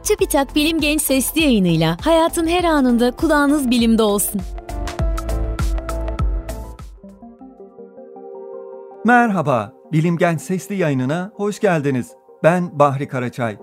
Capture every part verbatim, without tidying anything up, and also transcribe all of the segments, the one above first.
TÜBİTAK Bilim Genç Sesli yayınıyla hayatın her anında kulağınız bilimde olsun. Merhaba, Bilim Genç Sesli yayınına hoş geldiniz. Ben Bahri Karaçay.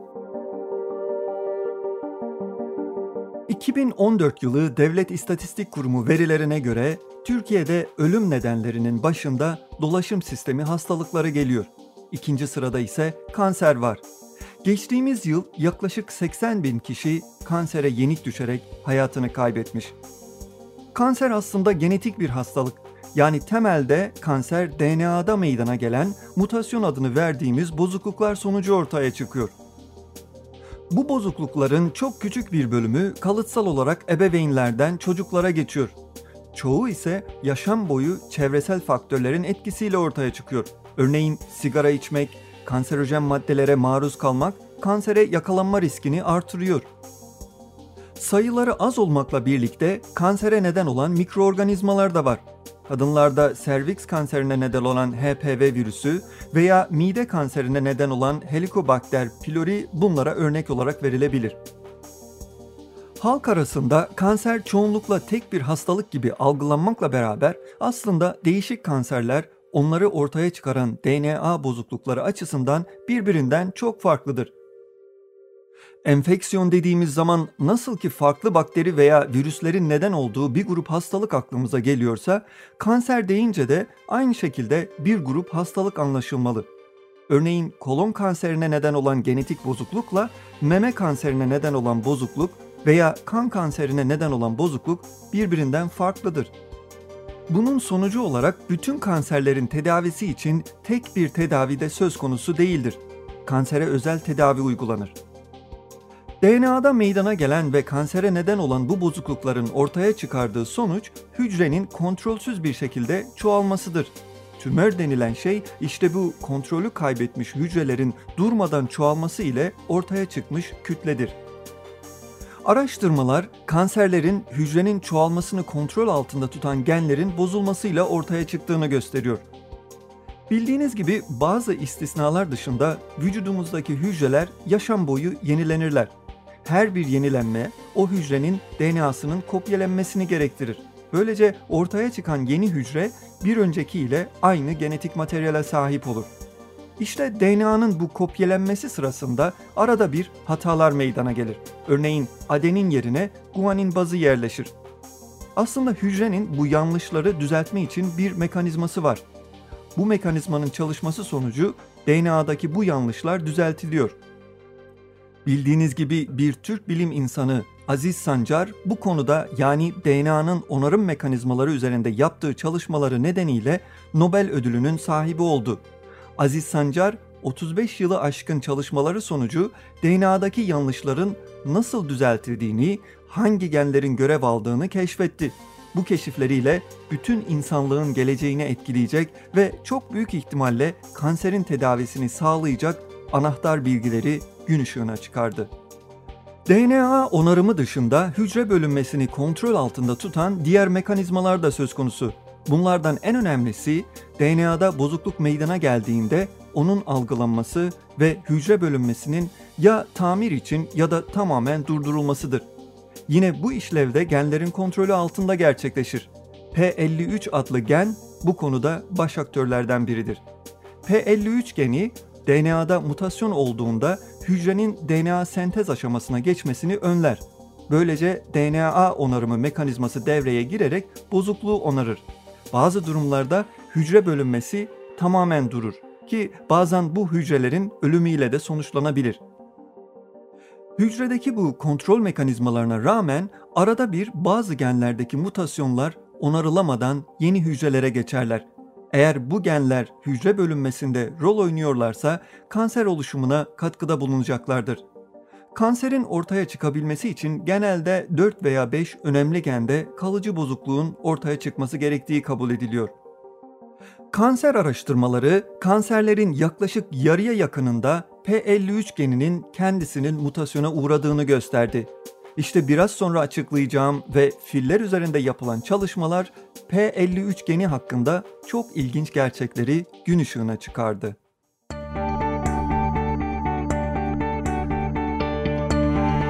iki bin on dört yılı Devlet İstatistik Kurumu verilerine göre Türkiye'de ölüm nedenlerinin başında dolaşım sistemi hastalıkları geliyor. İkinci sırada ise kanser var. Geçtiğimiz yıl yaklaşık seksen bin kişi kansere yenik düşerek hayatını kaybetmiş. Kanser aslında genetik bir hastalık. Yani temelde kanser D N A'da meydana gelen mutasyon adını verdiğimiz bozukluklar sonucu ortaya çıkıyor. Bu bozuklukların çok küçük bir bölümü kalıtsal olarak ebeveynlerden çocuklara geçiyor. Çoğu ise yaşam boyu çevresel faktörlerin etkisiyle ortaya çıkıyor. Örneğin sigara içmek, kanserojen maddelere maruz kalmak kansere yakalanma riskini artırıyor. Sayıları az olmakla birlikte kansere neden olan mikroorganizmalar da var. Kadınlarda serviks kanserine neden olan H P V virüsü veya mide kanserine neden olan Helicobacter pylori bunlara örnek olarak verilebilir. Halk arasında kanser çoğunlukla tek bir hastalık gibi algılanmakla beraber aslında değişik kanserler onları ortaya çıkaran D N A bozuklukları açısından birbirinden çok farklıdır. Enfeksiyon dediğimiz zaman nasıl ki farklı bakteri veya virüslerin neden olduğu bir grup hastalık aklımıza geliyorsa, kanser deyince de aynı şekilde bir grup hastalık anlaşılmalı. Örneğin kolon kanserine neden olan genetik bozuklukla meme kanserine neden olan bozukluk veya kan kanserine neden olan bozukluk birbirinden farklıdır. Bunun sonucu olarak bütün kanserlerin tedavisi için tek bir tedavi de söz konusu değildir. Kansere özel tedavi uygulanır. D N A'da meydana gelen ve kansere neden olan bu bozuklukların ortaya çıkardığı sonuç hücrenin kontrolsüz bir şekilde çoğalmasıdır. Tümör denilen şey işte bu kontrolü kaybetmiş hücrelerin durmadan çoğalması ile ortaya çıkmış kütledir. Araştırmalar kanserlerin hücrenin çoğalmasını kontrol altında tutan genlerin bozulmasıyla ortaya çıktığını gösteriyor. Bildiğiniz gibi bazı istisnalar dışında vücudumuzdaki hücreler yaşam boyu yenilenirler. Her bir yenilenme o hücrenin D N A'sının kopyalenmesini gerektirir. Böylece ortaya çıkan yeni hücre bir önceki ile aynı genetik materyale sahip olur. İşte D N A'nın bu kopyalenmesi sırasında arada bir hatalar meydana gelir. Örneğin adenin yerine guanin bazı yerleşir. Aslında hücrenin bu yanlışları düzeltme için bir mekanizması var. Bu mekanizmanın çalışması sonucu D N A'daki bu yanlışlar düzeltiliyor. Bildiğiniz gibi bir Türk bilim insanı Aziz Sancar bu konuda yani D N A'nın onarım mekanizmaları üzerinde yaptığı çalışmaları nedeniyle Nobel ödülünün sahibi oldu. Aziz Sancar otuz beş yılı aşkın çalışmaları sonucu D N A'daki yanlışların nasıl düzeltildiğini, hangi genlerin görev aldığını keşfetti. Bu keşifleriyle bütün insanlığın geleceğini etkileyecek ve çok büyük ihtimalle kanserin tedavisini sağlayacak anahtar bilgileri gün ışığına çıkardı. D N A onarımı dışında hücre bölünmesini kontrol altında tutan diğer mekanizmalar da söz konusu. Bunlardan en önemlisi D N A'da bozukluk meydana geldiğinde onun algılanması ve hücre bölünmesinin ya tamir için ya da tamamen durdurulmasıdır. Yine bu işlevde genlerin kontrolü altında gerçekleşir. P elli üç adlı gen bu konuda baş aktörlerden biridir. P elli üç geni D N A'da mutasyon olduğunda hücrenin D N A sentez aşamasına geçmesini önler. Böylece D N A onarımı mekanizması devreye girerek bozukluğu onarır. Bazı durumlarda hücre bölünmesi tamamen durur ki bazen bu hücrelerin ölümüyle de sonuçlanabilir. Hücredeki bu kontrol mekanizmalarına rağmen arada bir bazı genlerdeki mutasyonlar onarılamadan yeni hücrelere geçerler. Eğer bu genler hücre bölünmesinde rol oynuyorlarsa kanser oluşumuna katkıda bulunacaklardır. Kanserin ortaya çıkabilmesi için genelde dört veya beş önemli gende kalıcı bozukluğun ortaya çıkması gerektiği kabul ediliyor. Kanser araştırmaları kanserlerin yaklaşık yarıya yakınında P elli üç geninin kendisinin mutasyona uğradığını gösterdi. İşte biraz sonra açıklayacağım ve filler üzerinde yapılan çalışmalar P elli üç geni hakkında çok ilginç gerçekleri gün ışığına çıkardı.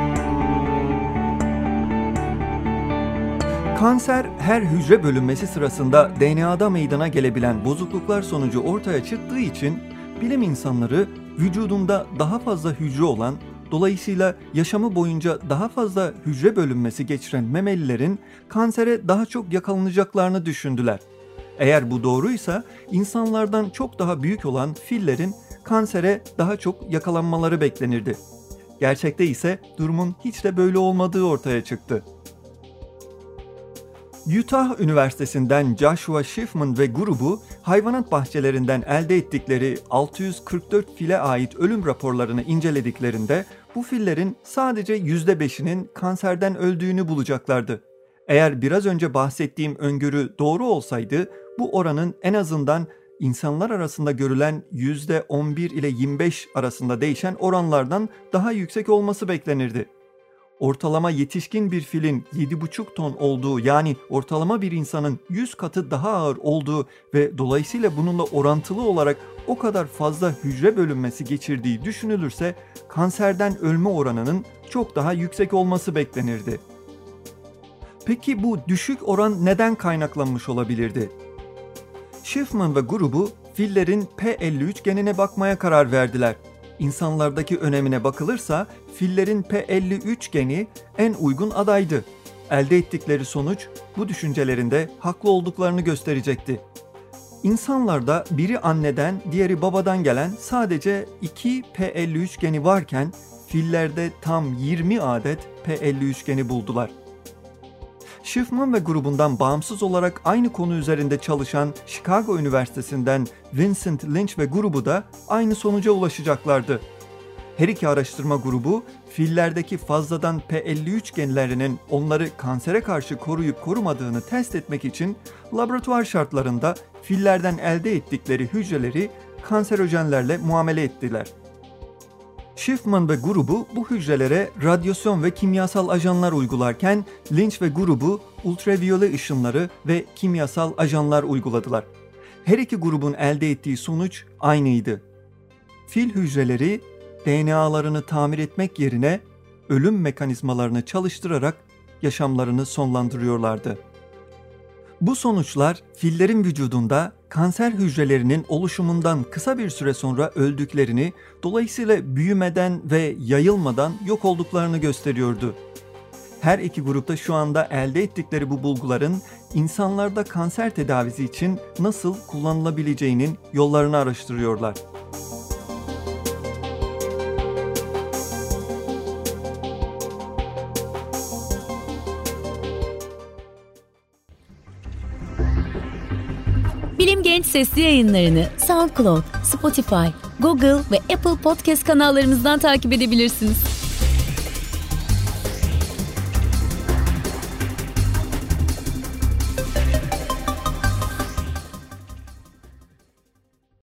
Kanser, her hücre bölünmesi sırasında D N A'da meydana gelebilen bozukluklar sonucu ortaya çıktığı için bilim insanları vücudunda daha fazla hücre olan, dolayısıyla yaşamı boyunca daha fazla hücre bölünmesi geçiren memelilerin kansere daha çok yakalanacaklarını düşündüler. Eğer bu doğruysa insanlardan çok daha büyük olan fillerin kansere daha çok yakalanmaları beklenirdi. Gerçekte ise durumun hiç de böyle olmadığı ortaya çıktı. Utah Üniversitesi'nden Joshua Schiffman ve grubu hayvanat bahçelerinden elde ettikleri altı yüz kırk dört file ait ölüm raporlarını incelediklerinde bu fillerin sadece yüzde beşinin kanserden öldüğünü bulacaklardı. Eğer biraz önce bahsettiğim öngörü doğru olsaydı bu oranın en azından insanlar arasında görülen yüzde on bir ile yirmi beş arasında değişen oranlardan daha yüksek olması beklenirdi. Ortalama yetişkin bir filin yedi buçuk ton olduğu, yani ortalama bir insanın yüz katı daha ağır olduğu ve dolayısıyla bununla orantılı olarak o kadar fazla hücre bölünmesi geçirdiği düşünülürse kanserden ölme oranının çok daha yüksek olması beklenirdi. Peki bu düşük oran neden kaynaklanmış olabilirdi? Schiffman ve grubu fillerin P elli üç genine bakmaya karar verdiler. İnsanlardaki önemine bakılırsa fillerin P elli üç geni en uygun adaydı. Elde ettikleri sonuç bu düşüncelerinde haklı olduklarını gösterecekti. İnsanlarda biri anneden, diğeri babadan gelen sadece iki P elli üç geni varken fillerde tam yirmi adet P elli üç geni buldular. Schiffman ve grubundan bağımsız olarak aynı konu üzerinde çalışan Chicago Üniversitesi'nden Vincent Lynch ve grubu da aynı sonuca ulaşacaklardı. Her iki araştırma grubu fillerdeki fazladan P elli üç genlerinin onları kansere karşı koruyup korumadığını test etmek için laboratuvar şartlarında fillerden elde ettikleri hücreleri kanserojenlerle muamele ettiler. Schiffman ve grubu bu hücrelere radyasyon ve kimyasal ajanlar uygularken Lynch ve grubu ultraviyole ışınları ve kimyasal ajanlar uyguladılar. Her iki grubun elde ettiği sonuç aynıydı. Fil hücreleri D N A'larını tamir etmek yerine ölüm mekanizmalarını çalıştırarak yaşamlarını sonlandırıyorlardı. Bu sonuçlar fillerin vücudunda kanser hücrelerinin oluşumundan kısa bir süre sonra öldüklerini, dolayısıyla büyümeden ve yayılmadan yok olduklarını gösteriyordu. Her iki grupta şu anda elde ettikleri bu bulguların insanlarda kanser tedavisi için nasıl kullanılabileceğinin yollarını araştırıyorlar. Bilim Genç sesli yayınlarını SoundCloud, Spotify, Google ve Apple Podcast kanallarımızdan takip edebilirsiniz.